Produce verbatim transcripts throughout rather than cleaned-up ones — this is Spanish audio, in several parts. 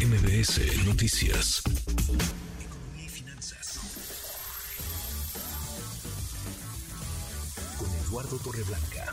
M B S Noticias. Economía y finanzas. Con Eduardo Torreblanca.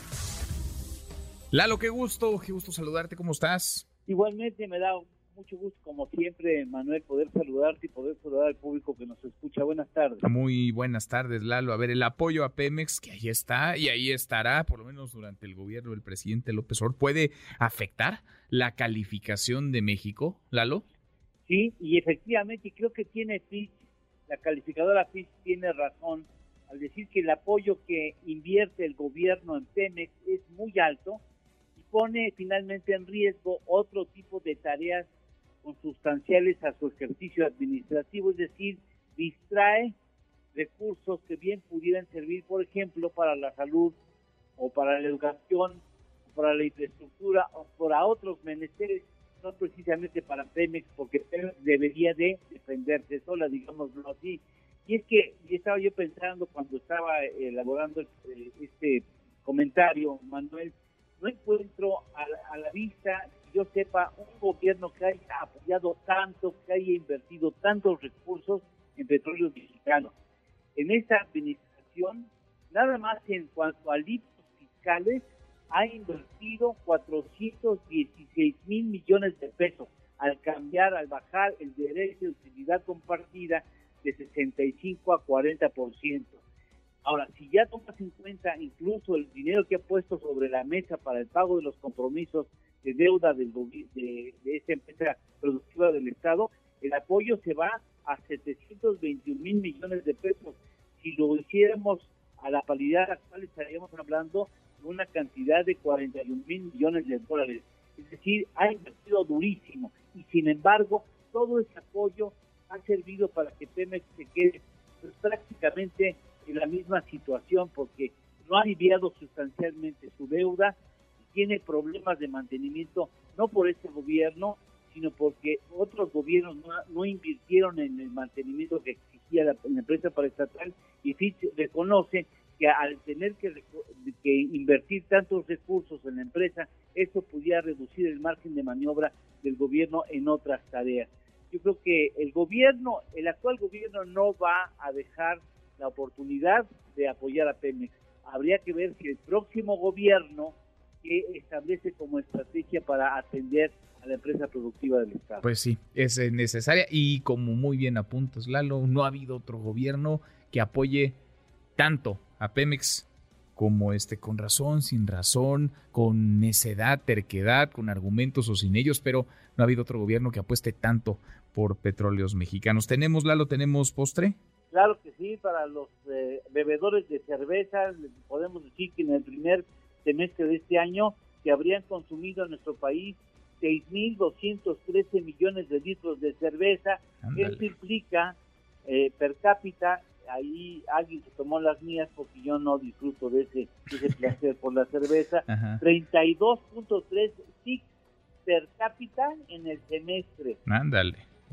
Lalo, qué gusto, qué gusto saludarte, ¿cómo estás? Igualmente me da mucho gusto, como siempre, Manuel, poder saludarte y poder saludar al público que nos escucha. Buenas tardes. Muy buenas tardes, Lalo. A ver, el apoyo a Pemex, que ahí está y ahí estará, por lo menos durante el gobierno del presidente López Obrador, ¿puede afectar la calificación de México, Lalo? Sí, y efectivamente creo que tiene Fitch, la calificadora Fitch tiene razón al decir que el apoyo que invierte el gobierno en Pemex es muy alto y pone finalmente en riesgo otro tipo de tareas consustanciales a su ejercicio administrativo, es decir, distrae recursos que bien pudieran servir, por ejemplo, para la salud o para la educación, o para la infraestructura o para otros menesteres, no precisamente para Pemex, porque Pemex debería de defenderse sola, digámoslo así. Y es que y estaba yo pensando cuando estaba elaborando este comentario, Manuel, no encuentro a la, a la vista, que yo sepa, un gobierno que haya apoyado tanto, que haya invertido tantos recursos en petróleos mexicanos. En esta administración, nada más en cuanto a alivios fiscales, ha invertido cuatrocientos dieciséis mil millones de pesos al cambiar, al bajar el derecho de utilidad compartida de sesenta y cinco a cuarenta por ciento. Ahora, si ya tomas en cuenta incluso el dinero que ha puesto sobre la mesa para el pago de los compromisos de deuda del, de, de esta empresa productiva del Estado, el apoyo se va a setecientos veintiún mil millones de pesos. Si lo hiciéramos a la paridad actual, estaríamos hablando de una cantidad de cuarenta y un mil millones de dólares. Es decir, ha invertido durísimo y sin embargo, todo ese apoyo ha servido para que Pemex se quede pues, prácticamente en la misma situación, porque no ha aliviado sustancialmente su deuda y tiene problemas de mantenimiento, no por este gobierno, sino porque otros gobiernos no, no invirtieron en el mantenimiento que exigía la, la empresa paraestatal, y Fitch reconoce que al tener que, que invertir tantos recursos en la empresa, eso pudiera reducir el margen de maniobra del gobierno en otras tareas. Yo creo que el gobierno, el actual gobierno no va a dejar la oportunidad de apoyar a Pemex. Habría que ver si el próximo gobierno que establece como estrategia para atender a la empresa productiva del Estado. Pues sí, es necesaria y como muy bien apuntas, Lalo, no ha habido otro gobierno que apoye tanto a Pemex como este, con razón, sin razón, con necedad, terquedad, con argumentos o sin ellos, pero no ha habido otro gobierno que apueste tanto por petróleos mexicanos. ¿Tenemos, Lalo, tenemos postre? Claro que sí, para los eh, bebedores de cerveza, podemos decir que en el primer semestre de este año se habrían consumido en nuestro país seis mil doscientos trece millones de litros de cerveza. Ándale. Esto implica eh, per cápita, ahí alguien se tomó las mías porque yo no disfruto de ese, de ese placer por la cerveza, Ajá. treinta y dos punto tres six per cápita en el semestre. Ándale.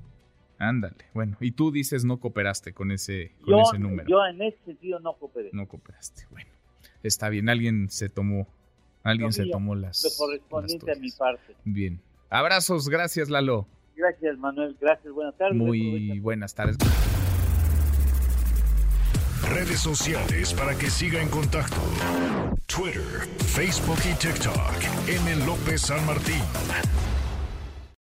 Ándale, bueno, y tú dices no cooperaste con ese, con yo, ese número. Yo en ese sentido no cooperé. No cooperaste, bueno, está bien, alguien se tomó, alguien no, se tomó las... Lo correspondiente las a mi parte. Bien, abrazos, gracias Lalo. Gracias Manuel, gracias, buenas tardes. Muy buenas tardes. Redes sociales para que siga en contacto: Twitter, Facebook y TikTok, M. López San Martín.